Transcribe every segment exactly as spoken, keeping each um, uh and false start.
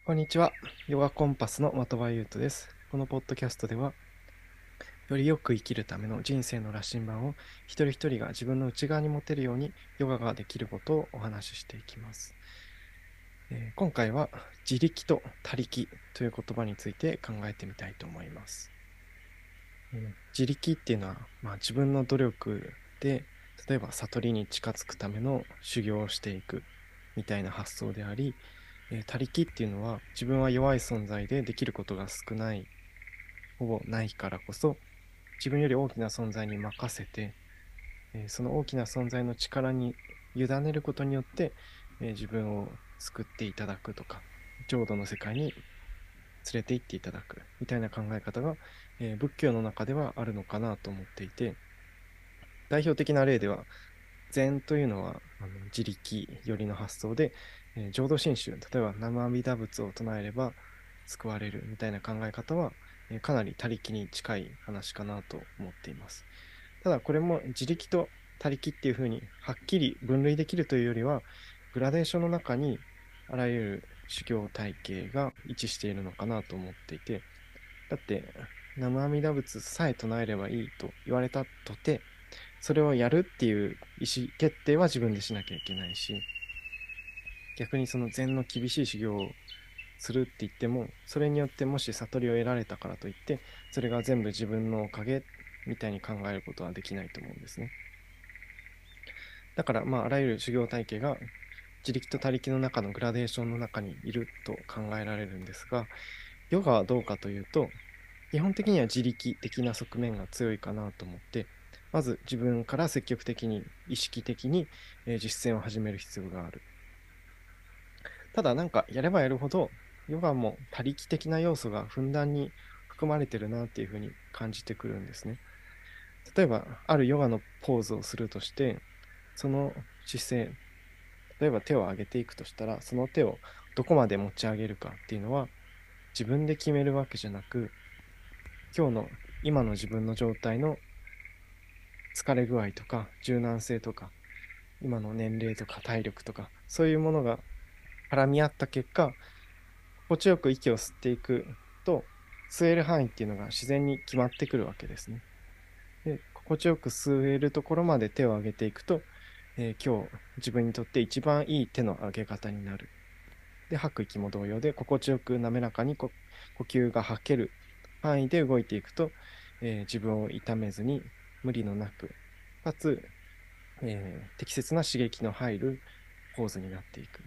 こんにちは。ヨガコンパスの的場優斗です。このポッドキャストでは、よりよく生きるための人生の羅針盤を一人一人が自分の内側に持てるようにヨガができることをお話ししていきます。えー今回は自力と他力という言葉について考えてみたいと思います。えー自力っていうのは、まあ、自分の努力で例えば悟りに近づくための修行をしていくみたいな発想であり、えー他力っていうのは自分は弱い存在でできることが少ないほぼないからこそ、自分より大きな存在に任せて、えーその大きな存在の力に委ねることによって、えー自分を救っていただくとか、浄土の世界に連れて行っていただくみたいな考え方が、えー仏教の中ではあるのかなと思っていて、代表的な例では、禅というのはあの自力よりの発想で、えー浄土真宗、例えば南無阿弥陀仏を唱えれば救われるみたいな考え方は、えーかなり他力に近い話かなと思っています。ただこれも自力と他力っていうふうにはっきり分類できるというよりは、グラデーションの中にあらゆる修行体系が位置しているのかなと思っていて、だって南無阿弥陀仏さえ唱えればいいと言われたとて、それをやるっていう意思決定は自分でしなきゃいけないし、逆にその禅の厳しい修行をするって言っても、それによってもし悟りを得られたからといって、それが全部自分のおかげみたいに考えることはできないと思うんですね。だから、まあ、あらゆる修行体系が自力と他力の中のグラデーションの中にいると考えられるんですが、ヨガはどうかというと、基本的には自力的な側面が強いかなと思って、まず自分から積極的に、意識的に実践を始める必要がある。ただなんかやればやるほど、ヨガも他力的な要素がふんだんに含まれてるなっていうふうに感じてくるんですね。例えば、あるヨガのポーズをするとして、その姿勢、例えば手を上げていくとしたら、その手をどこまで持ち上げるかっていうのは、自分で決めるわけじゃなく、今日の今の自分の状態の疲れ具合とか柔軟性とか今の年齢とか体力とかそういうものが絡み合った結果、心地よく息を吸っていくと吸える範囲っていうのが自然に決まってくるわけですね。で、心地よく吸えるところまで手を上げていくと、えー今日自分にとって一番いい手の上げ方になる。で、吐く息も同様で心地よく滑らかに呼吸が吐ける範囲で動いていくと、えー自分を痛めずに無理のなく、かつ、えー適切な刺激の入るポーズになっていく。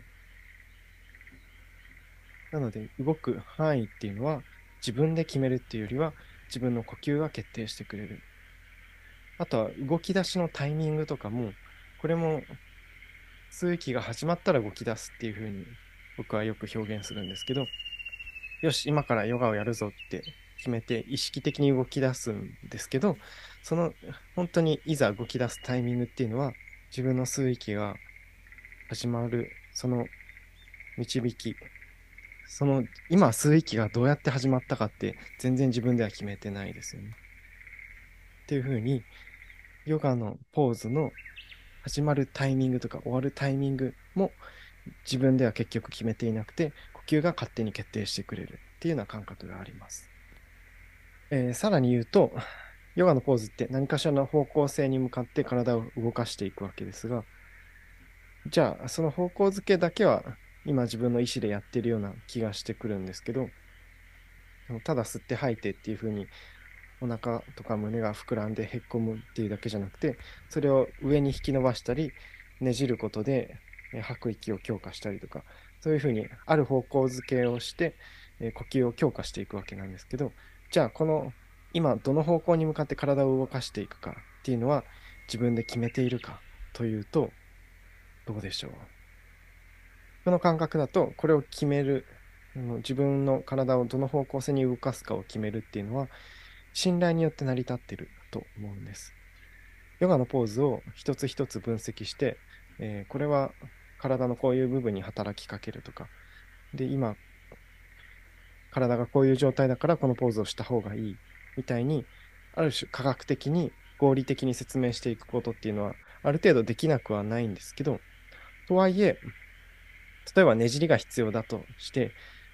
なので、動く範囲っていうのは自分で決めるっていうよりは、自分の呼吸が決定してくれる。あとは動き出しのタイミングとかも、これも吸う息が始まったら動き出すっていうふうに僕はよく表現するんですけど、よし、今からヨガをやるぞって決めて意識的に動き出すんですけど、その本当にいざ動き出すタイミングっていうのは、自分の吸う息が始まる、その導き、その今吸う息がどうやって始まったかって全然自分では決めてないですよね。っていうふうに、ヨガのポーズの始まるタイミングとか終わるタイミングも自分では結局決めていなくて、呼吸が勝手に決定してくれるっていうような感覚があります。えーさらに言うと、ヨガのポーズって何かしらの方向性に向かって体を動かしていくわけですが、じゃあその方向づけだけは今自分の意思でやってるような気がしてくるんですけど、ただ吸って吐いてっていう風にお腹とか胸が膨らんでへっこむっていうだけじゃなくて、それを上に引き伸ばしたり、ねじることで吐く息を強化したりとか、そういうふうにある方向づけをして、呼吸を強化していくわけなんですけど、じゃあこの今どの方向に向かって体を動かしていくかっていうのは自分で決めているかというと、どうでしょう。この感覚だと、これを決める、自分の体をどの方向性に動かすかを決めるっていうのは、信頼によって成り立っていると思うんです。ヨガのポーズを一つ一つ分析して、えーこれは体のこういう部分に働きかけるとか、で、今、体がこういう状態だからこのポーズをした方がいいみたいに、ある種科学的に合理的に説明していくことっていうのは、ある程度できなくはないんですけど、とはいえ、例えばねじりが必要だとして、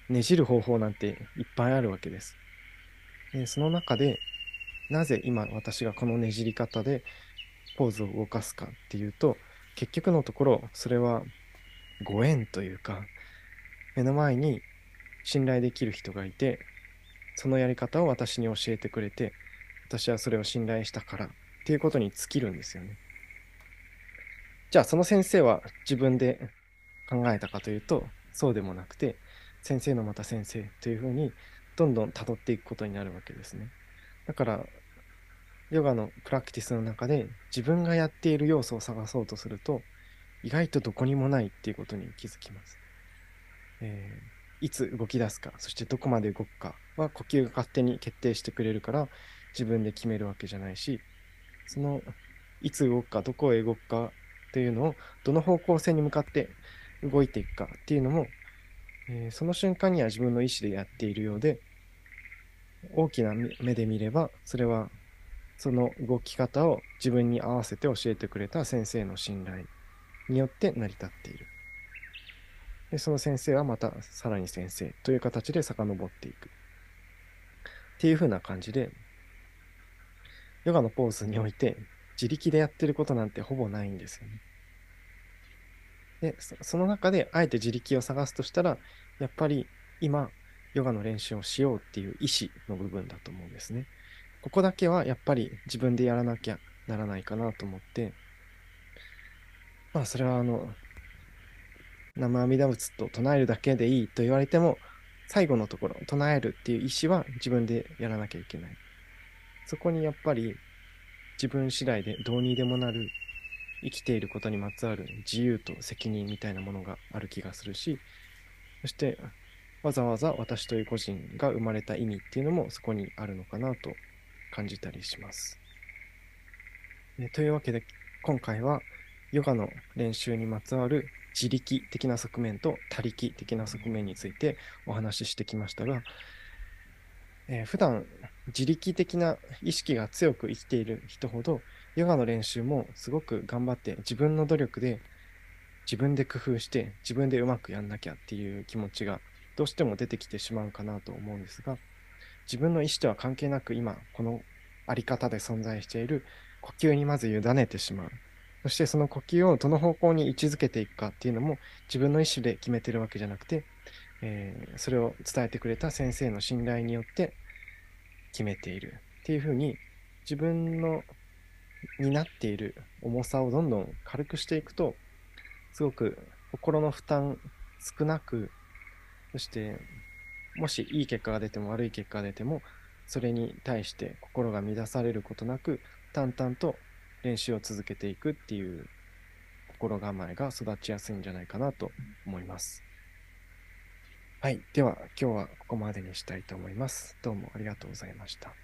ねじる方法なんていっぱいあるわけです。でその中で、なぜ今私がこのねじり方でポーズを動かすかっていうと、結局のところ、それはご縁というか、目の前に信頼できる人がいて、そのやり方を私に教えてくれて、私はそれを信頼したからっていうことに尽きるんですよね。じゃあその先生は自分で考えたかというと、そうでもなくて、先生のまた先生というふうにどんどん辿っていくことになるわけですね。だから、ヨガのプラクティスの中で自分がやっている要素を探そうとすると、意外とどこにもないっていうことに気づきます。えーいつ動き出すか、そしてどこまで動くかは呼吸が勝手に決定してくれるから自分で決めるわけじゃないし、そのいつ動くか、どこへ動くかというのをどの方向性に向かって動いていくかっていうのも、えーその瞬間には自分の意思でやっているようで、大きな目で見れば、それはその動き方を自分に合わせて教えてくれた先生の信頼によって成り立っている。で、その先生はまたさらに先生という形で遡っていく。っていう風な感じで、ヨガのポーズにおいて自力でやってることなんてほぼないんですよね。で、その中であえて自力を探すとしたら、やっぱり今、ヨガの練習をしようっていう意思の部分だと思うんですね。ここだけはやっぱり自分でやらなきゃならないかなと思って、まあそれはあの、南無阿弥陀仏と唱えるだけでいいと言われても、最後のところ、唱えるっていう意思は自分でやらなきゃいけない。そこにやっぱり自分次第でどうにでもなる生きていることにまつわる自由と責任みたいなものがある気がするし、そしてわざわざ私という個人が生まれた意味っていうのもそこにあるのかなと感じたりします。というわけで今回はヨガの練習にまつわる自力的な側面と他力的な側面についてお話ししてきましたが、えー、普段自力的な意識が強く生きている人ほどヨガの練習もすごく頑張って自分の努力で自分で工夫して自分でうまくやんなきゃっていう気持ちがどうしても出てきてしまうかなと思うんですが、自分の意思とは関係なく今このあり方で存在している呼吸にまず委ねてしまう。そしてその呼吸をどの方向に位置づけていくかっていうのも自分の意思で決めてるわけじゃなくて、えー、それを伝えてくれた先生の信頼によって決めているっていうふうに、自分のになっている重さをどんどん軽くしていくと、すごく心の負担少なく、そしてもしいい結果が出ても悪い結果が出ても、それに対して心が乱されることなく、淡々と練習を続けていくっていう心構えが育ちやすいんじゃないかなと思います。はい。では、今日はここまでにしたいと思います。どうもありがとうございました。